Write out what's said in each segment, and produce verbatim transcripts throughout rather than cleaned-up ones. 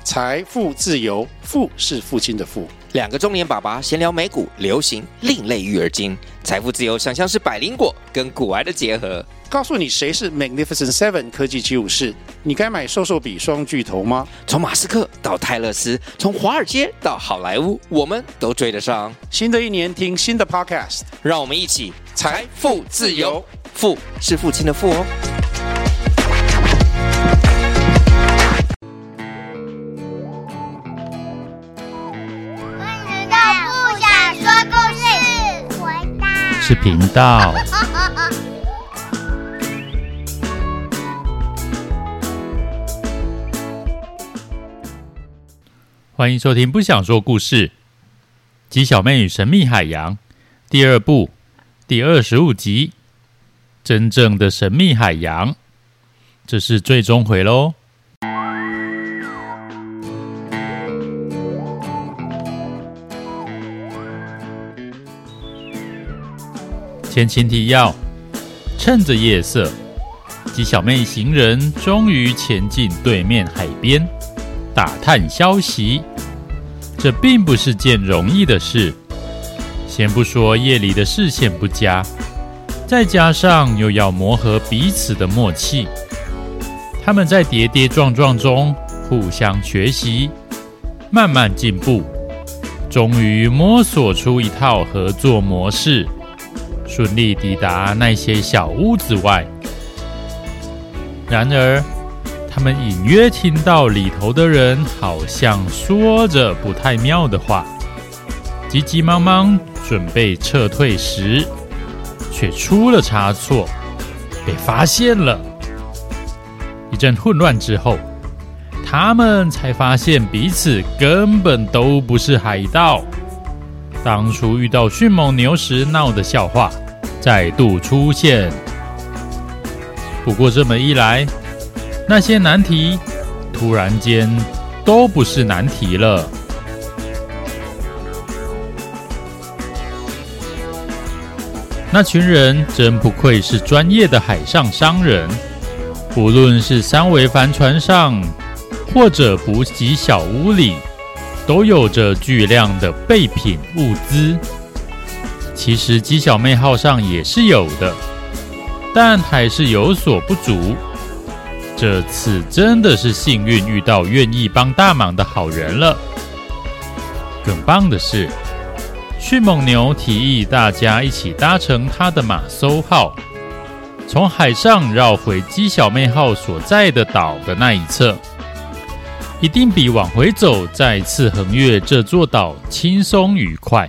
财富自由，富是父亲的富。 两个中年爸爸闲聊美股、流行、另类育儿经，财富自由想象是百灵果跟股癌的结合。 告诉你谁是 Magnificent Seven 科技七武士，你该买瘦瘦比双巨头吗？ 从马斯克到泰勒斯，从华尔街到好莱坞，我们都追得上。 新的一年听新的 Podcast， 让我们一起财富自由， 富是父亲的富哦。 是频道。欢迎收听不想说故事鸡小妹与神秘海洋第二部第二十五集，真正的神秘海洋，这是最终回咯。前情提要：趁着夜色，鸡小妹行人终于前进对面海边，打探消息。这并不是件容易的事，先不说夜里的视线不佳，再加上又要磨合彼此的默契，他们在跌跌撞撞中互相学习，慢慢进步，终于摸索出一套合作模式，顺利抵达那些小屋子外。然而他们隐约听到里头的人好像说着不太妙的话，急急忙忙准备撤退时，却出了差错，被发现了。一阵混乱之后，他们才发现彼此根本都不是海盗。当初遇到迅猛牛时闹的笑话再度出现。不过这么一来，那些难题突然间都不是难题了。那群人真不愧是专业的海上商人，无论是三桅帆船上或者补给小屋里，都有着巨量的备品物资。其实鸡小妹号上也是有的，但还是有所不足。这次真的是幸运遇到愿意帮大忙的好人了。更棒的是，迅猛牛提议大家一起搭乘他的马搜号，从海上绕回鸡小妹号所在的岛的那一侧，一定比往回走再次横越这座岛轻松愉快。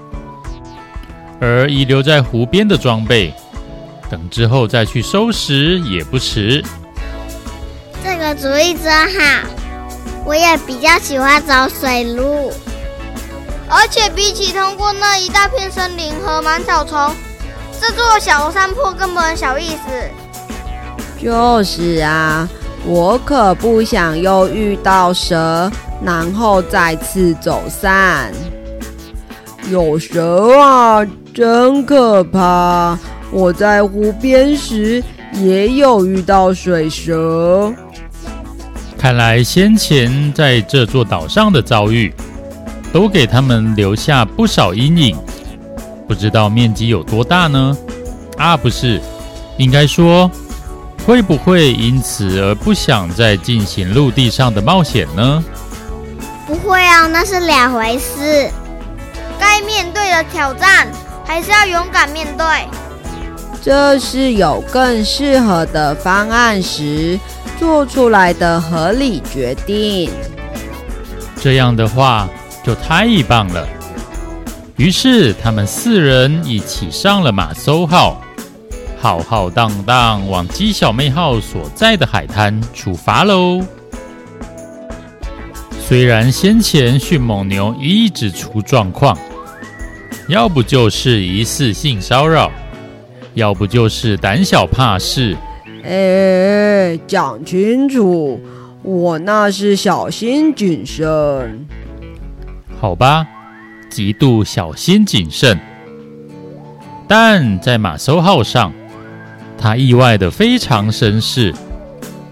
而遗留在湖边的装备，等之后再去收拾也不迟。 这个主意真好，我也比较喜欢走水路， 而且比起通过那一大片森林和满草丛，这座小山坡根本小意思。 就是啊，我可不想又遇到蛇，然后再次走散。有蛇啊，真可怕！我在湖边时也有遇到水蛇。 看来先前在这座岛上的遭遇都给他们留下不少阴影，不知道面积有多大呢？啊，不是，应该说会不会因此而不想再进行陆地上的冒险呢？ 不会啊，那是两回事。 该面对的挑战还是要勇敢面对。 这是有更适合的方案时做出来的合理决定。 这样的话就太棒了。于是他们四人一起上了马搜号，浩浩荡荡往鸡小妹号所在的海滩出发喽。虽然先前迅猛牛一直出状况，要不就是疑似性骚扰，要不就是胆小怕事。 哎，讲清楚，我那是小心谨慎。 好吧，极度小心谨慎。但在马搜号上，他意外的非常绅士，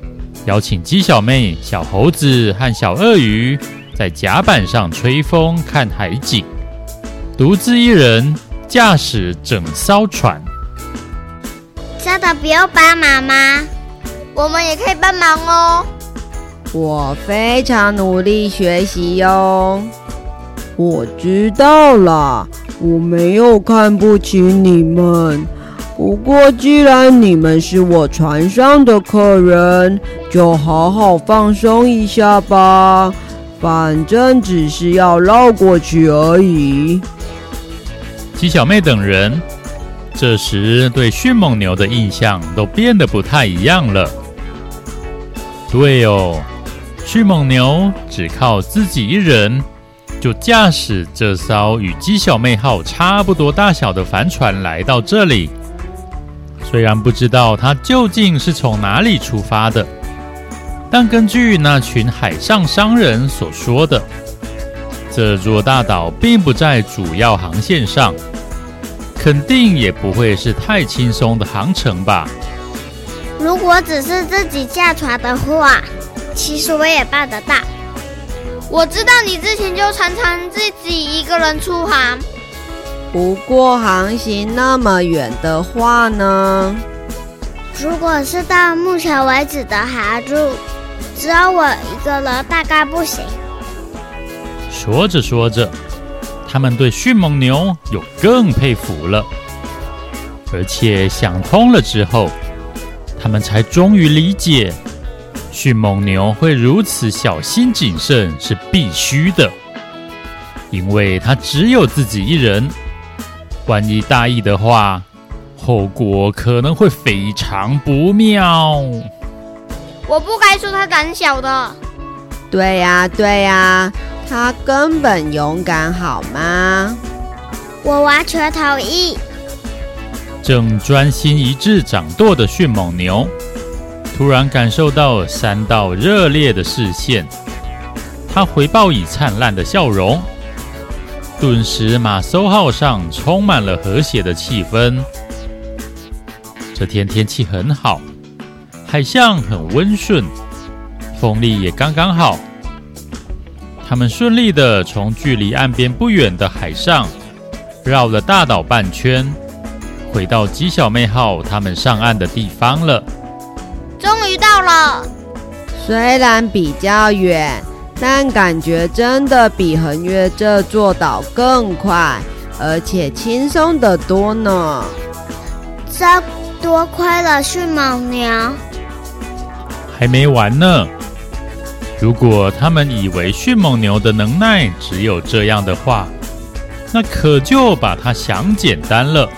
邀请鸡小妹、小猴子和小鳄鱼在甲板上吹风看海景，独自一人驾驶整艘船。 真的不用帮忙吗？ 我们也可以帮忙哦。 我非常努力学习哟。我知道了，我没有看不起你们。不过既然你们是我船上的客人，就好好放松一下吧。反正只是要绕过去而已。 鸡小妹等人这时对迅猛牛的印象都变得不太一样了。对哦，迅猛牛只靠自己一人就驾驶这艘与鸡小妹号差不多大小的帆船来到这里。虽然不知道他究竟是从哪里出发的，但根据那群海上商人所说的，这座大岛并不在主要航线上，肯定也不会是太轻松的航程吧。 如果只是自己驾船的话，其实我也办得到。 我知道你之前就常常自己一个人出航。 不过航行那么远的话呢？ 如果是到目前为止的航路，只有我一个人大概不行。 说着说着，他们对迅猛牛有更佩服了，而且想通了之后，他们才终于理解，迅猛牛会如此小心谨慎是必须的，因为他只有自己一人，万一大意的话，后果可能会非常不妙。 我不该说他胆小的。 对呀，对呀，他根本勇敢好吗？ 我完全同意。 正专心一致掌舵的迅猛牛，突然感受到三道热烈的视线，他回报以灿烂的笑容。顿时马搜号上充满了和谐的气氛。这天天气很好，海象很温顺，风力也刚刚好。他们顺利地从距离岸边不远的海上绕了大岛半圈，回到鸡小妹号他们上岸的地方了。 终于到了， 虽然比较远，但感觉真的比横越这座岛更快，而且轻松得多呢。 真多亏了迅猛牛。 还没完呢，如果他们以为迅猛牛的能耐只有这样的话，那可就把它想简单了。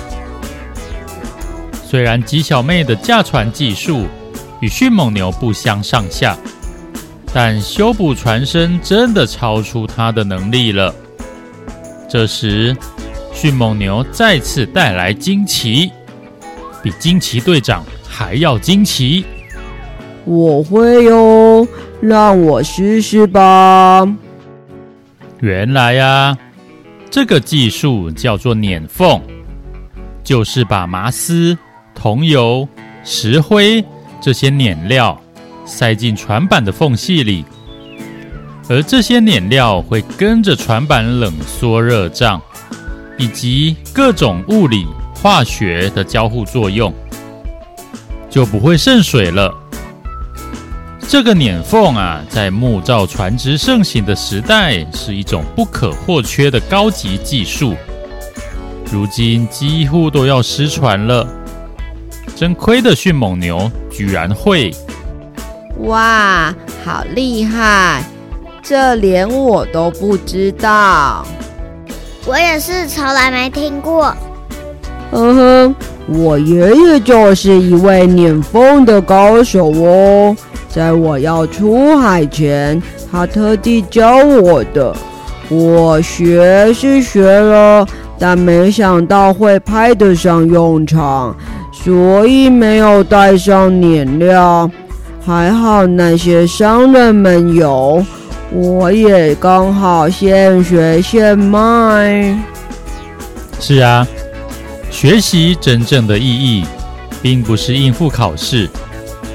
虽然鸡小妹的驾船技术与迅猛牛不相上下，但修补船身真的超出他的能力了。这时，迅猛牛再次带来惊奇，比惊奇队长还要惊奇。 我会哟，让我试试吧。 原来啊，这个技术叫做碾缝，就是把麻丝、桐油、石灰这些碾料塞进船板的缝隙里，而这些碾料会跟着船板冷缩热胀，以及各种物理、化学的交互作用，就不会渗水了。这个碾缝啊，在木造船只盛行的时代，是一种不可或缺的高级技术。如今几乎都要失传了，真亏的迅猛牛居然会。 哇，好厉害！这连我都不知道。 我也是从来没听过。 嗯哼，我爷爷就是一位碾缝的高手哦。在我要出海前，他特地教我的。我学是学了，但没想到会派得上用场，所以没有带上碾料。还好那些商人们有，我也刚好现学现卖。 是啊，学习真正的意义，并不是应付考试。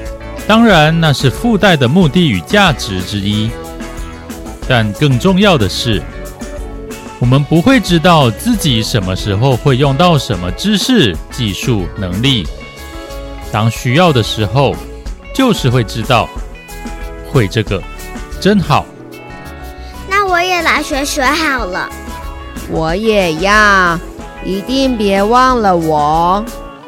当然，那是附带的目的与价值之一。但更重要的是，我们不会知道自己什么时候会用到什么知识、技术、能力。当需要的时候，就是会知道，会这个真好。 那我也来学学好了。 我也要，一定别忘了我。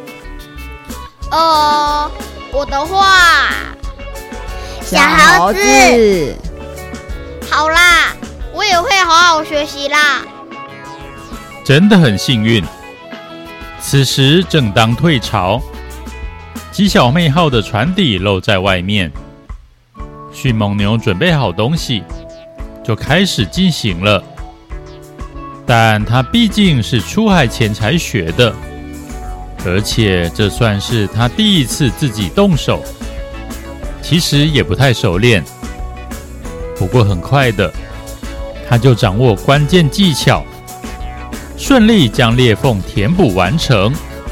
呃，我的话， 小猴子， 好啦，我也会好好学习啦。 真的很幸运。此时正当退潮，鸡小妹号的船底露在外面，迅猛牛准备好东西，就开始进行了。但他毕竟是出海前才学的，而且这算是他第一次自己动手，其实也不太熟练。不过很快的，他就掌握关键技巧，顺利将裂缝填补完成。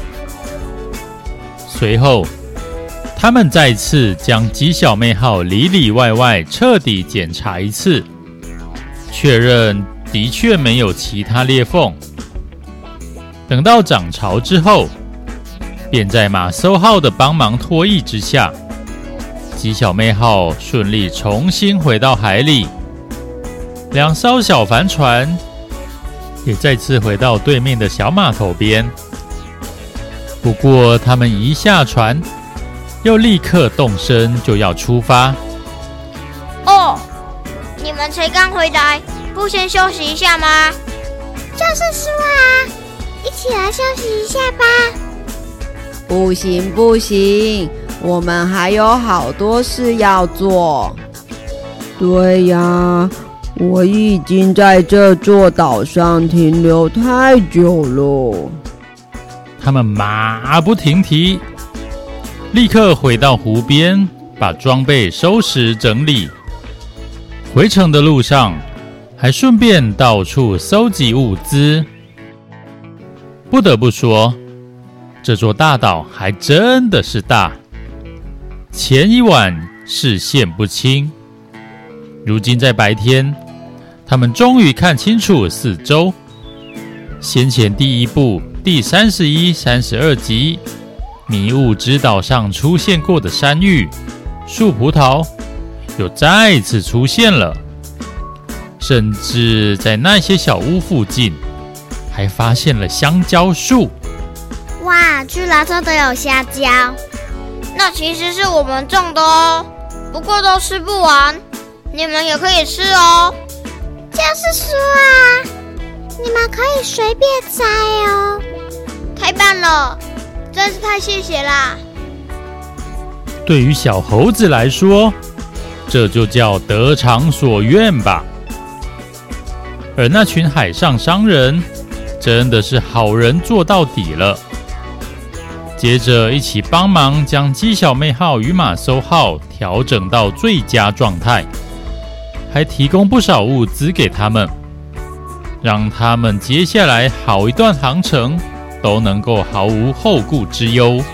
随后，他们再次将鸡小妹号里里外外彻底检查一次，确认的确没有其他裂缝。等到涨潮之后，便在马搜号的帮忙拖曳之下，鸡小妹号顺利重新回到海里。两艘小帆船也再次回到对面的小码头边。不过他们一下船，又立刻动身就要出发。 哦，你们才刚回来，不先休息一下吗？ 就是说啊，一起来休息一下吧。 不行不行，我们还有好多事要做。对呀，我已经在这座岛上停留太久了。 他们马不停蹄，立刻回到湖边，把装备收拾整理。回程的路上，还顺便到处搜集物资。不得不说，这座大岛还真的是大。前一晚视线不清，如今在白天，他们终于看清楚四周。先前第一部第三十一、三十二集迷雾之岛上出现过的山芋、树葡萄，又再次出现了。甚至在那些小屋附近，还发现了香蕉树。 哇，居然真的有香蕉！ 那其实是我们种的哦，不过都吃不完，你们也可以吃哦。 就是说啊，你们可以随便摘哦。 太棒了，真是太谢谢啦！ 对于小猴子来说，这就叫得偿所愿吧。而那群海上商人真的是好人做到底了。接着一起帮忙将鸡小妹号与马搜号调整到最佳状态，还提供不少物资给他们，让他们接下来好一段航程都能够毫无后顾之忧。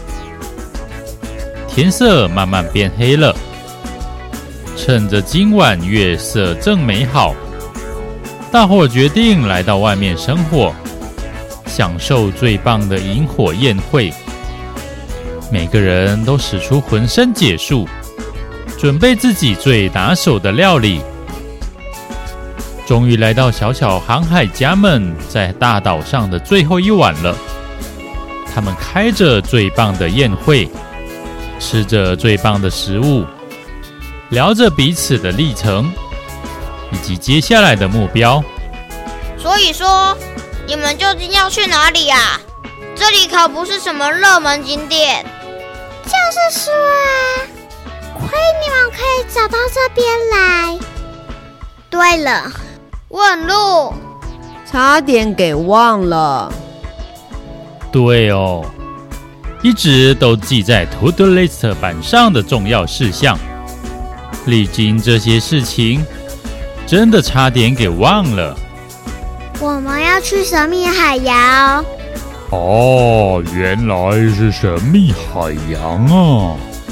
天色慢慢变黑了，趁着今晚月色正美好，大伙决定来到外面生火，享受最棒的萤火宴会。每个人都使出浑身解数，准备自己最拿手的料理。终于来到小小航海家们在大岛上的最后一晚了。他们开着最棒的宴会，吃着最棒的食物，聊着彼此的历程以及接下来的目标。 所以说，你们究竟要去哪里啊？这里可不是什么热门景点。 就是说啊，亏你们可以找到这边来。对了， 问路， 差点给忘了。 对哦，一直都记在 To-Do List 板上的重要事项，历经这些事情，真的差点给忘了。 我们要去神秘海洋。 哦，原来是神秘海洋啊！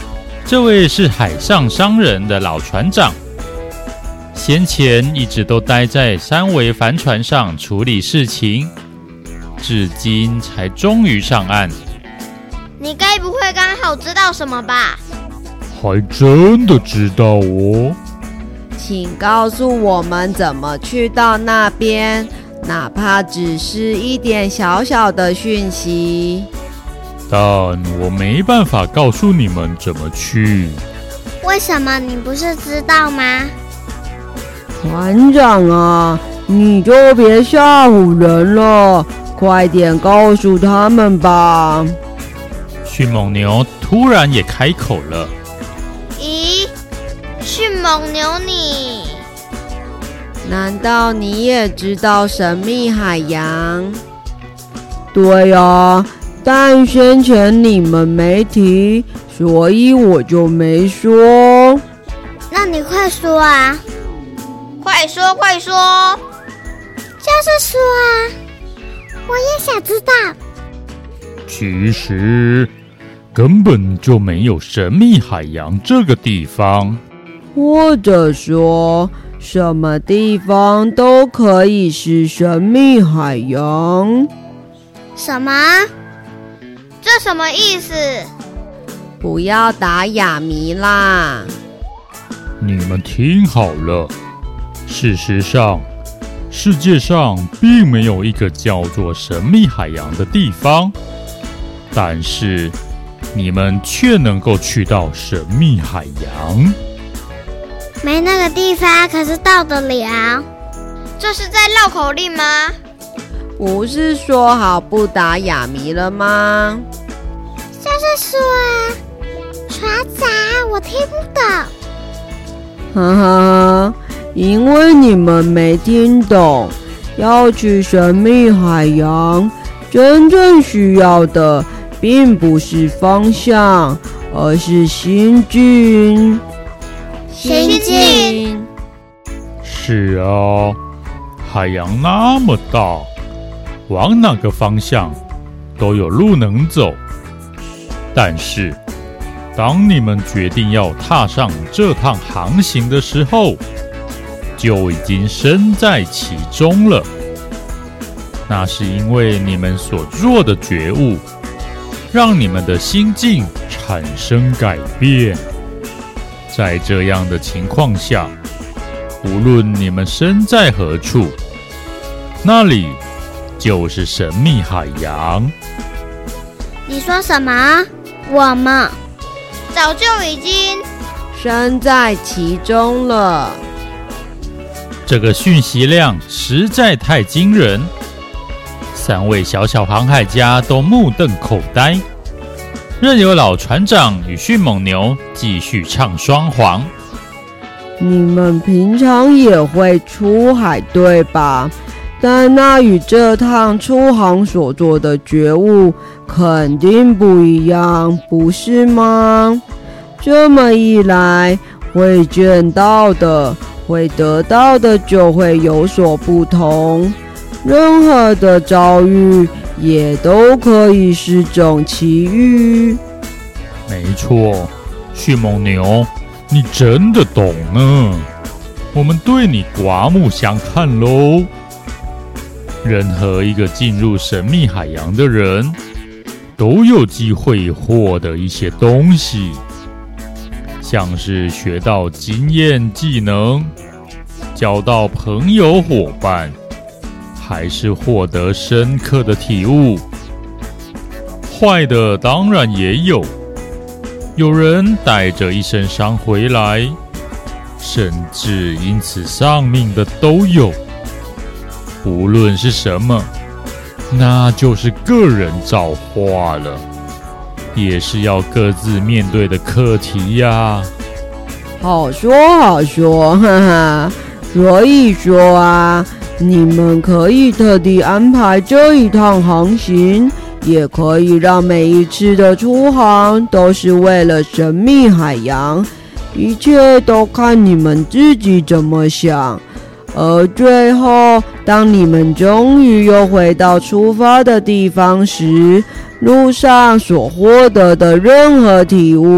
这位是海上商人的老船长，先前一直都待在三桅帆船上处理事情，至今才终于上岸。 你该不会刚好知道什么吧？ 还真的知道哦。 请告诉我们怎么去到那边，哪怕只是一点小小的讯息。 但我没办法告诉你们怎么去。 为什么你不是知道吗？ 船长啊，你就别吓唬人了，快点告诉他们吧。 迅猛牛突然也开口了。 咦，迅猛牛你， 难道你也知道神秘海洋？对啊，但先前你们没提，所以我就没说。 那你快说啊！ 快说快说！ 就是说啊，我也想知道。 其实根本就没有神秘海洋这个地方， 或者说什么地方都可以是神秘海洋。 什么？ 这什么意思？ 不要打哑谜啦！ 你们听好了，事实上，世界上并没有一个叫做神秘海洋的地方，但是你们却能够去到神秘海洋。 没那个地方，可是到得了。 这是在绕口令吗？ 不是说好不打哑谜了吗？ 就是说啊，船长，我听不懂。 哈哈，因为你们没听懂，要去神秘海洋，真正需要的并不是方向，而是心境。 心境？ 是啊，海洋那么大，往哪个方向都有路能走。但是，当你们决定要踏上这趟航行的时候，就已经身在其中了。那是因为你们所做的觉悟，让你们的心境产生改变。在这样的情况下，无论你们身在何处，那里就是神秘海洋。 你说什么？我们早就已经身在其中了。 这个讯息量实在太惊人，三位小小航海家都目瞪口呆，任由老船长与迅猛牛继续唱双簧。 你们平常也会出海对吧？但那与这趟出航所做的觉悟肯定不一样，不是吗？这么一来，会见到的、会得到的就会有所不同。任何的遭遇也都可以是种奇遇。 没错，迅猛牛，你真的懂呢。我们对你刮目相看喽。任何一个进入神秘海洋的人，都有机会获得一些东西，像是学到经验技能，交到朋友伙伴，还是获得深刻的体悟。坏的当然也有，有人带着一身伤回来，甚至因此丧命的都有。无论是什么，那就是个人造化了，也是要各自面对的课题呀。 好说好说，哈哈。所以说啊，你们可以特地安排这一趟航行，也可以让每一次的出航都是为了神秘海洋，一切都看你们自己怎么想。而最后，当你们终于又回到出发的地方时，路上所获得的任何体悟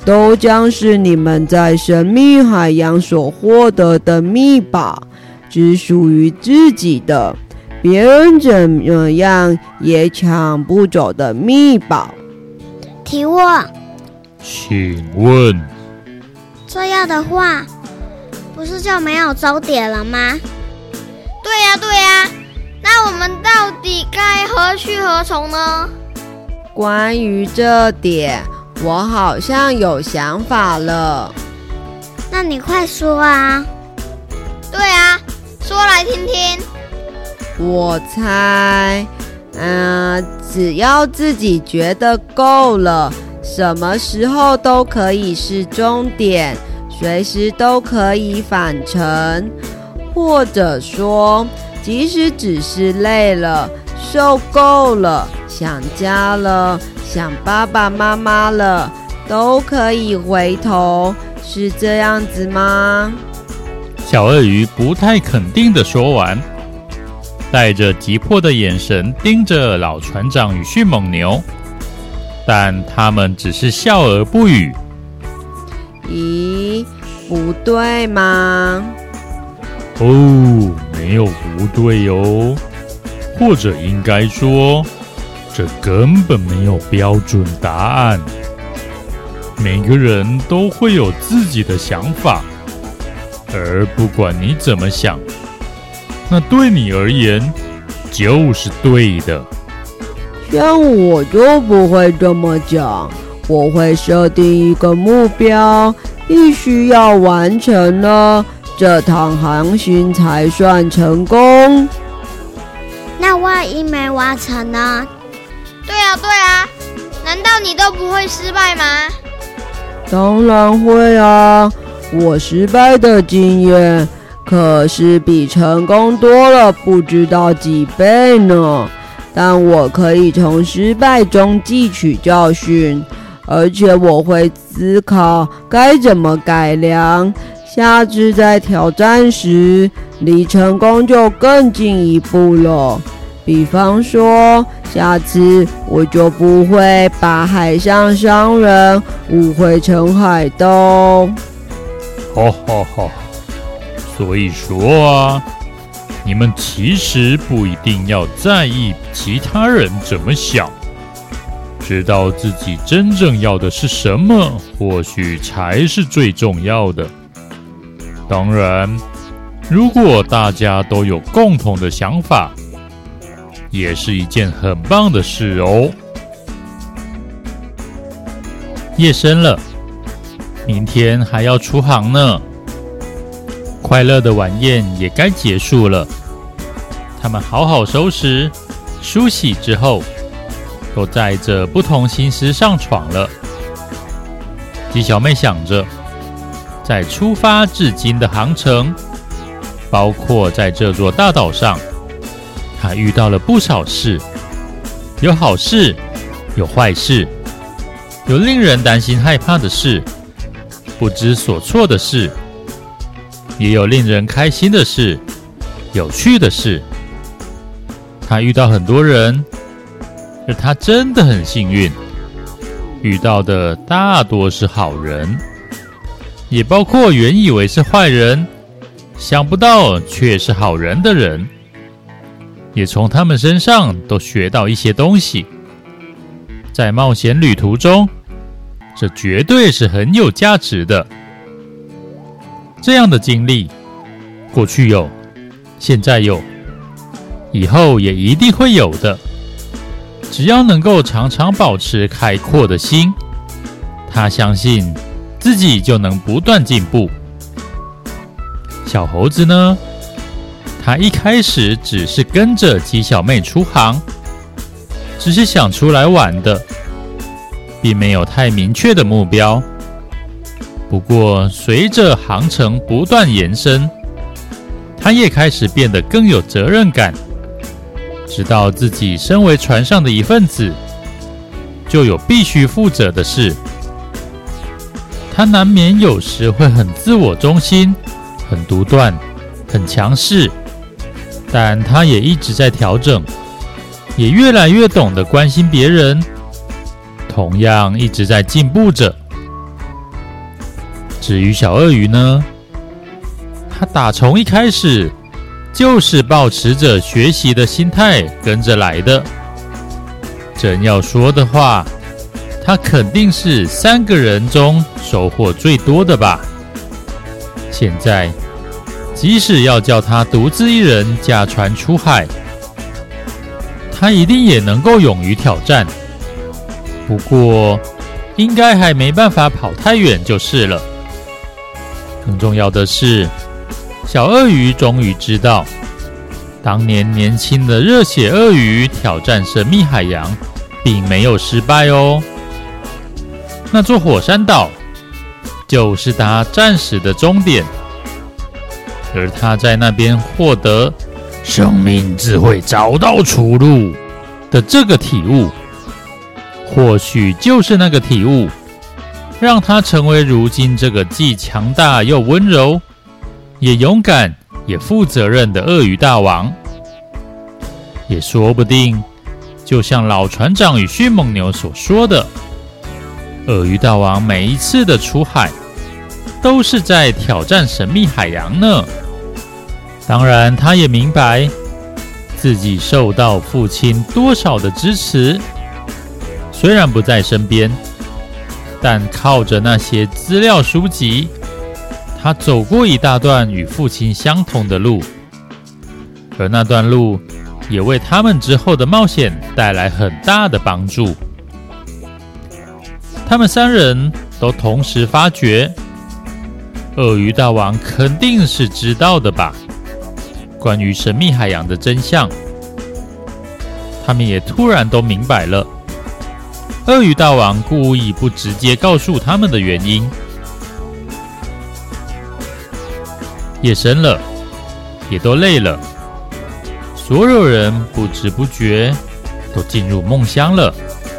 都将是你们在神秘海洋所获得的秘宝，只属于自己的，别人怎么样也抢不走的秘宝。 提问， 请问， 这样的话，不是就没有终点了吗？ 对呀、啊、对呀、啊，那我们到底该何去何从呢？ 关于这点，我好像有想法了。 那你快说啊！ 对啊，说来听听。 我猜，嗯、呃，只要自己觉得够了，什么时候都可以是终点，随时都可以返程。或者说，即使只是累了、受够了、想家了、想爸爸妈妈了，都可以回头，是这样子吗？ 小鳄鱼不太肯定地说完，带着急迫的眼神盯着老船长与迅猛牛，但他们只是笑而不语。 咦，不对吗？ 哦，没有不对哦，或者应该说，这根本没有标准答案。每个人都会有自己的想法，而不管你怎么想，那对你而言就是对的。 像我就不会这么讲，我会设定一个目标，必须要完成了，这趟航行才算成功。 那万一没完成呢？ 对啊对啊，难道你都不会失败吗？ 当然会啊，我失败的经验可是比成功多了不知道几倍呢。但我可以从失败中汲取教训，而且我会思考该怎么改良，下次在挑战时离成功就更进一步了。比方说，下次我就不会把海上商人误会成海盗。 哈哈哈！所以说啊，你们其实不一定要在意其他人怎么想，知道自己真正要的是什么，或许才是最重要的。当然，如果大家都有共同的想法，也是一件很棒的事哦。夜深了，明天还要出航呢。快乐的晚宴也该结束了，他们好好收拾、梳洗之后，都载着不同心思上床了。鸡小妹想着，在出发至今的航程，包括在这座大岛上，她遇到了不少事，有好事，有坏事，有令人担心害怕的事，不知所措的事，也有令人开心的事，有趣的事。她遇到很多人，而她真的很幸运，遇到的大多是好人，也包括原以为是坏人，想不到却是好人的人，也从他们身上都学到一些东西。在冒险旅途中，这绝对是很有价值的。这样的经历，过去有，现在有，以后也一定会有的。只要能够常常保持开阔的心，他相信自己就能不断进步。小猴子呢？他一开始只是跟着鸡小妹出航，只是想出来玩的，并没有太明确的目标。不过随着航程不断延伸，他也开始变得更有责任感，知道自己身为船上的一份子，就有必须负责的事。他难免有时会很自我中心，很独断，很强势，但他也一直在调整，也越来越懂得关心别人，同样一直在进步着。 至于小鳄鱼呢，他打从一开始就是抱持着学习的心态跟着来的。真要说的话，他肯定是三个人中收获最多的吧。现在即使要叫他独自一人驾船出海，他一定也能够勇于挑战。不过应该还没办法跑太远就是了。更重要的是，小鳄鱼终于知道，当年年轻的热血鳄鱼挑战神秘海洋并没有失败哦。那座火山岛就是他暂时的终点，而他在那边获得生命只会找到出路的这个体悟，或许就是那个体悟让他成为如今这个既强大又温柔，也勇敢也负责任的鳄鱼大王。也说不定就像老船长与迅猛牛所说的，鳄鱼大王每一次的出海都是在挑战神秘海洋呢。当然他也明白自己受到父亲多少的支持，虽然不在身边，但靠着那些资料书籍，他走过一大段与父亲相同的路，而那段路也为他们之后的冒险带来很大的帮助。他们三人都同时发觉，鳄鱼大王肯定是知道的吧，关于神秘海洋的真相。他们也突然都明白了，鳄鱼大王故意不直接告诉他们的原因。夜深了，也都累了，所有人不知不觉都进入梦乡了。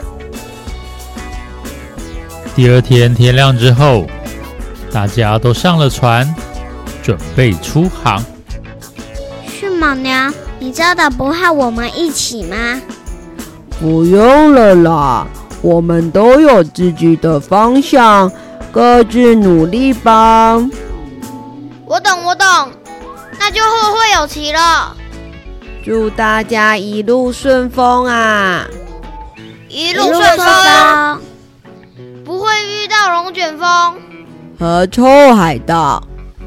第二天天亮之后，大家都上了船，准备出航。 迅猛牛，你真的不和我们一起吗？ 不用了啦，我们都有自己的方向，各自努力吧。 我懂，我懂，那就后会有期了。 祝大家一路顺风啊！ 一路顺风，不会遇到龙卷风和臭海盗。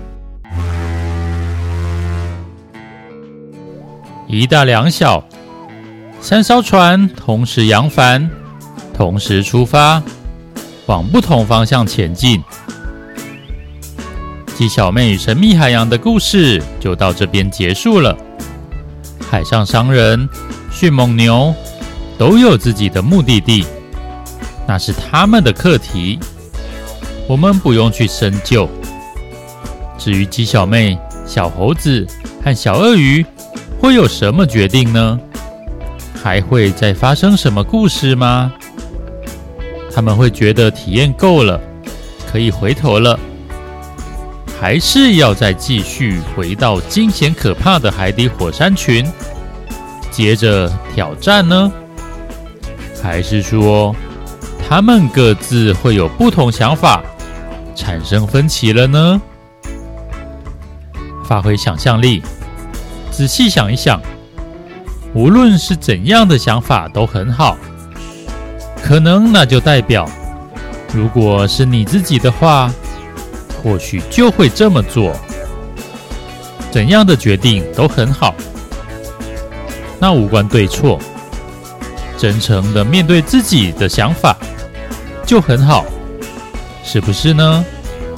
一大两小，三艘船同时扬帆，同时出发，往不同方向前进。鸡小妹与神秘海洋的故事就到这边结束了。海上商人、迅猛牛都有自己的目的地，那是他们的课题，我们不用去深究。至于鸡小妹、小猴子和小鳄鱼会有什么决定呢？还会再发生什么故事吗？他们会觉得体验够了，可以回头了，还是要再继续回到惊险可怕的海底火山群，接着挑战呢？还是说他们各自会有不同想法，产生分歧了呢？发挥想象力，仔细想一想，无论是怎样的想法都很好。可能那就代表，如果是你自己的话，或许就会这么做。怎样的决定都很好，那无关对错，真诚的面对自己的想法就很好，是不是呢？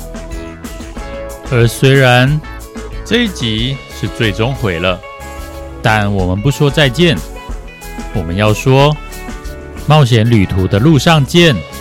而虽然这一集是最终回了，但我们不说再见，我们要说冒险旅途的路上见。